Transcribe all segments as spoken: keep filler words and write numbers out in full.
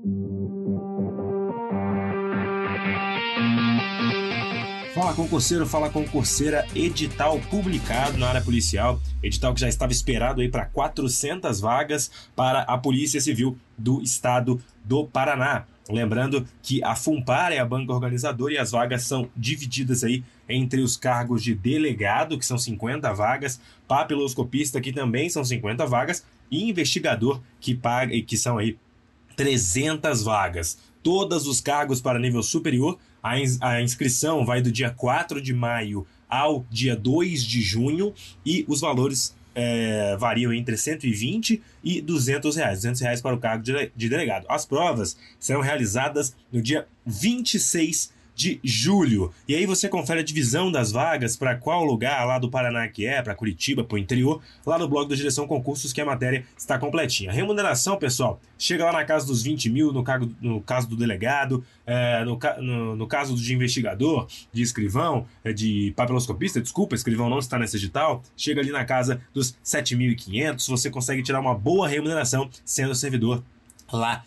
Fala concurseiro, fala concurseira, edital publicado na área policial, edital que já estava esperado aí para quatrocentas vagas para a Polícia Civil do Estado do Paraná. Lembrando que a FUNPAR é a banca organizadora e as vagas são divididas aí entre os cargos de delegado, que são cinquenta vagas, papiloscopista, que também são cinquenta vagas, e investigador, que, paga, que são aí trezentas vagas. Todos os cargos para nível superior, a, ins a inscrição vai do dia quatro de maio ao dia dois de junho e os valores é, variam entre cento e vinte e duzentos reais. duzentos reais para o cargo de, de delegado. As provas serão realizadas no dia vinte e seis de julho. E aí você confere a divisão das vagas para qual lugar lá do Paraná que é, para Curitiba, para o interior, lá no blog da Direção Concursos, que a matéria está completinha. A remuneração, pessoal, chega lá na casa dos vinte mil, no, caso, no caso do delegado, é, no, no, no caso de investigador, de escrivão, é, de papiloscopista, desculpa, escrivão não está nesse edital, chega ali na casa dos sete mil e quinhentos, você consegue tirar uma boa remuneração sendo servidor lá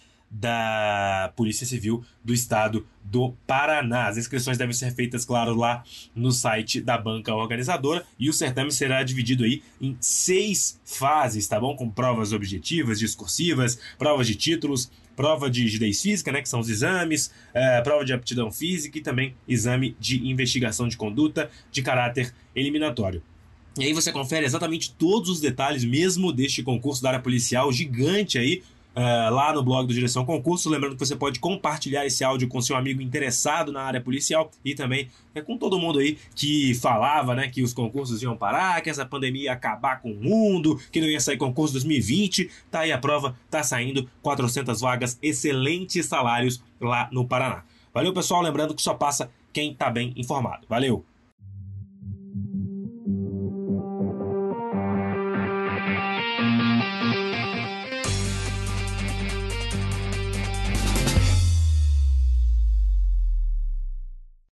da Polícia Civil do Estado do Paraná. As inscrições devem ser feitas, claro, lá no site da banca organizadora, e o certame será dividido aí em seis fases, tá bom? Com provas objetivas, discursivas, provas de títulos, prova de rigidez física, né, que são os exames, é, prova de aptidão física e também exame de investigação de conduta de caráter eliminatório. E aí você confere exatamente todos os detalhes mesmo deste concurso da área policial gigante aí, Uh, lá no blog do Direção Concurso. Lembrando que você pode compartilhar esse áudio com seu amigo interessado na área policial e também é, com todo mundo aí que falava, né, que os concursos iam parar, que essa pandemia ia acabar com o mundo, que não ia sair concurso dois mil e vinte. Tá aí a prova, tá saindo quatrocentas vagas, excelentes salários lá no Paraná. Valeu, pessoal, lembrando que só passa quem tá bem informado. Valeu!